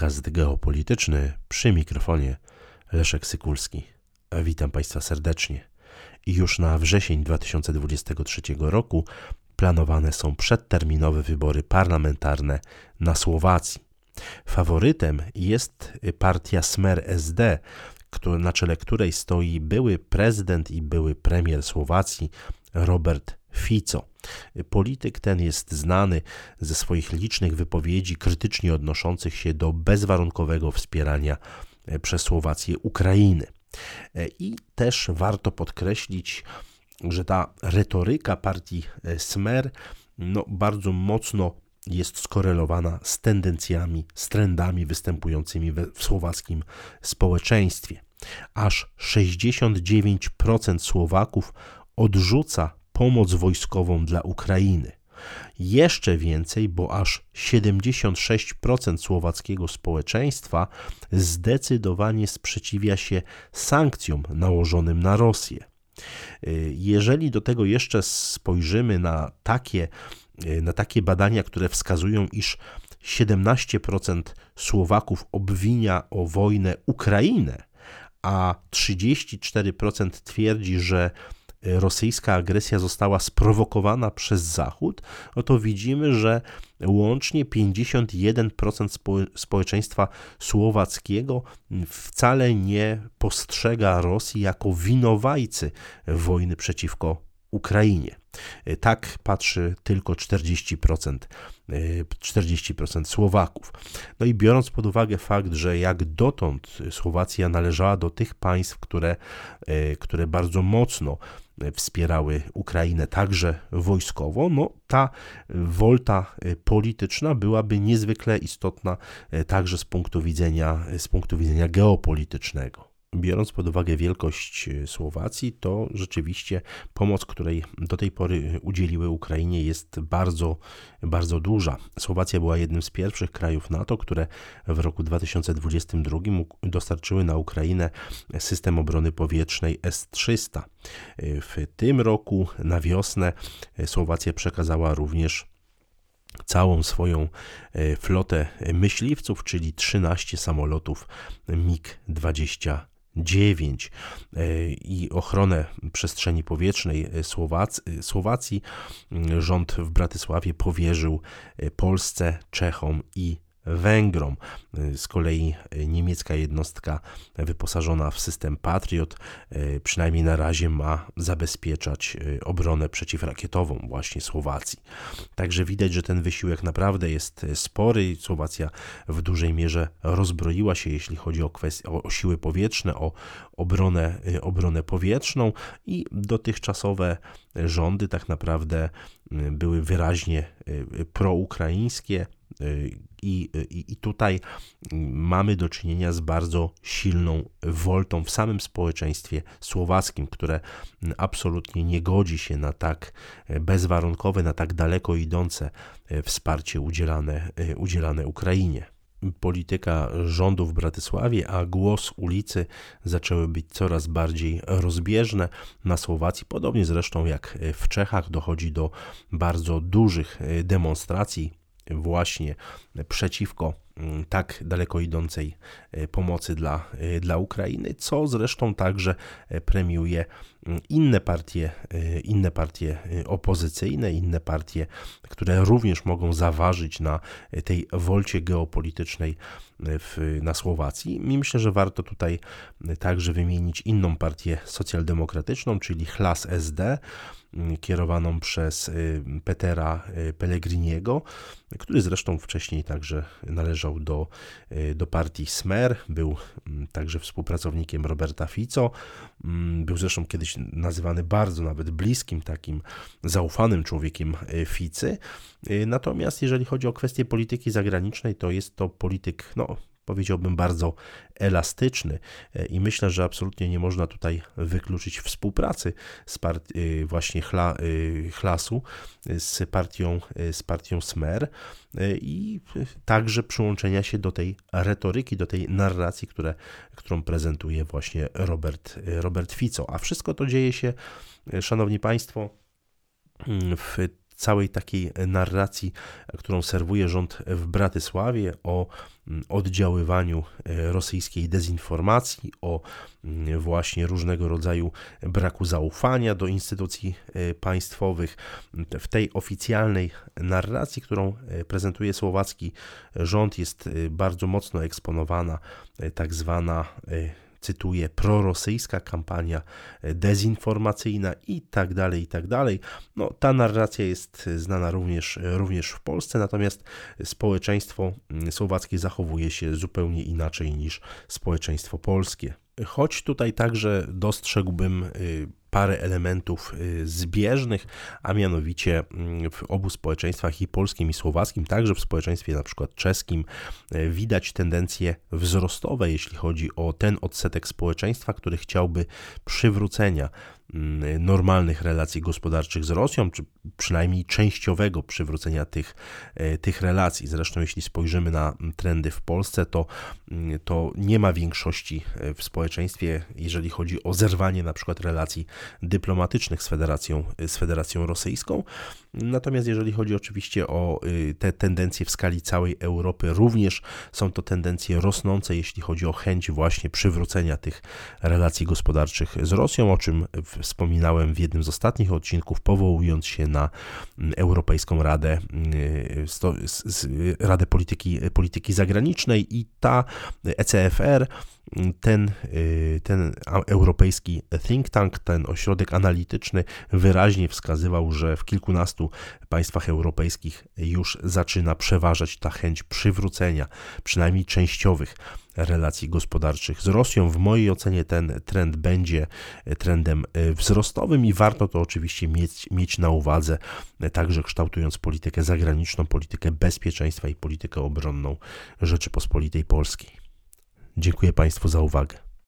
Podcast geopolityczny, przy mikrofonie Leszek Sykulski. Witam Państwa serdecznie. I już na wrzesień 2023 roku planowane są przedterminowe wybory parlamentarne na Słowacji. Faworytem jest partia Smer SD, na czele której stoi były prezydent i były premier Słowacji Robert Fico. Polityk ten jest znany ze swoich licznych wypowiedzi krytycznie odnoszących się do bezwarunkowego wspierania przez Słowację Ukrainy. I też warto podkreślić, że ta retoryka partii Smer bardzo mocno jest skorelowana z tendencjami, z trendami występującymi w słowackim społeczeństwie. Aż 69% Słowaków odrzuca pomoc wojskową dla Ukrainy. Jeszcze więcej, bo aż 76% słowackiego społeczeństwa zdecydowanie sprzeciwia się sankcjom nałożonym na Rosję. Jeżeli do tego jeszcze spojrzymy na takie badania, które wskazują, iż 17% Słowaków obwinia o wojnę Ukrainę, a 34% twierdzi, że rosyjska agresja została sprowokowana przez Zachód, to widzimy, że łącznie 51% społeczeństwa słowackiego wcale nie postrzega Rosji jako winowajcy wojny przeciwko Ukrainie. Tak patrzy tylko 40% Słowaków. I biorąc pod uwagę fakt, że jak dotąd Słowacja należała do tych państw, które bardzo mocno wspierały Ukrainę także wojskowo, ta wolta polityczna byłaby niezwykle istotna także z punktu widzenia geopolitycznego. Biorąc pod uwagę wielkość Słowacji, to rzeczywiście pomoc, której do tej pory udzieliły Ukrainie, jest bardzo, bardzo duża. Słowacja była jednym z pierwszych krajów NATO, które w roku 2022 dostarczyły na Ukrainę system obrony powietrznej S-300. W tym roku na wiosnę Słowacja przekazała również całą swoją flotę myśliwców, czyli 13 samolotów MiG-29 i ochronę przestrzeni powietrznej Słowacji rząd w Bratysławie powierzył Polsce, Czechom i Węgrom. Z kolei niemiecka jednostka wyposażona w system Patriot przynajmniej na razie ma zabezpieczać obronę przeciwrakietową właśnie Słowacji. Także widać, że ten wysiłek naprawdę jest spory. Słowacja w dużej mierze rozbroiła się, jeśli chodzi o siły powietrzne, o obronę powietrzną i dotychczasowe rządy tak naprawdę były wyraźnie proukraińskie. I tutaj mamy do czynienia z bardzo silną woltą w samym społeczeństwie słowackim, które absolutnie nie godzi się na tak bezwarunkowe, na tak daleko idące wsparcie udzielane Ukrainie. Polityka rządu w Bratysławie, a głos ulicy zaczęły być coraz bardziej rozbieżne. Na Słowacji, podobnie zresztą jak w Czechach, dochodzi do bardzo dużych demonstracji właśnie przeciwko tak daleko idącej pomocy dla Ukrainy, co zresztą także premiuje inne partie opozycyjne, inne partie, które również mogą zaważyć na tej wolcie geopolitycznej na Słowacji. I myślę, że warto tutaj także wymienić inną partię socjaldemokratyczną, czyli Hlas SD, kierowaną przez Petera Pellegriniego, który zresztą wcześniej także należał do partii Smer, był także współpracownikiem Roberta Fico, był zresztą kiedyś nazywany bardzo nawet bliskim, takim zaufanym człowiekiem Ficy. Natomiast jeżeli chodzi o kwestię polityki zagranicznej, to jest to polityk, powiedziałbym, bardzo elastyczny i myślę, że absolutnie nie można tutaj wykluczyć współpracy z właśnie Hlasu z partią Smer i także przyłączenia się do tej retoryki, do tej narracji, którą prezentuje właśnie Robert Fico. A wszystko to dzieje się, szanowni państwo, w całej takiej narracji, którą serwuje rząd w Bratysławie, o oddziaływaniu rosyjskiej dezinformacji, o właśnie różnego rodzaju braku zaufania do instytucji państwowych. W tej oficjalnej narracji, którą prezentuje słowacki rząd, jest bardzo mocno eksponowana tak zwana, cytuję, prorosyjska kampania dezinformacyjna i tak dalej, i tak dalej. No, ta narracja jest znana również w Polsce, natomiast społeczeństwo słowackie zachowuje się zupełnie inaczej niż społeczeństwo polskie. Choć tutaj także dostrzegłbym parę elementów zbieżnych, a mianowicie w obu społeczeństwach, i polskim, i słowackim, także w społeczeństwie na przykład czeskim, widać tendencje wzrostowe, jeśli chodzi o ten odsetek społeczeństwa, który chciałby przywrócenia normalnych relacji gospodarczych z Rosją, czy przynajmniej częściowego przywrócenia tych relacji. Zresztą jeśli spojrzymy na trendy w Polsce, to nie ma większości w społeczeństwie, jeżeli chodzi o zerwanie na przykład relacji dyplomatycznych z Federacją Rosyjską. Natomiast jeżeli chodzi oczywiście o te tendencje w skali całej Europy, również są to tendencje rosnące, jeśli chodzi o chęć właśnie przywrócenia tych relacji gospodarczych z Rosją, o czym wspominałem w jednym z ostatnich odcinków, powołując się na Europejską Radę Polityki Zagranicznej, i ta ECFR, ten europejski think tank, ten ośrodek analityczny wyraźnie wskazywał, że w kilkunastu państwach europejskich już zaczyna przeważać ta chęć przywrócenia przynajmniej częściowych relacji gospodarczych z Rosją. W mojej ocenie ten trend będzie trendem wzrostowym i warto to oczywiście mieć na uwadze, także kształtując politykę zagraniczną, politykę bezpieczeństwa i politykę obronną Rzeczypospolitej Polskiej. Dziękuję Państwu za uwagę.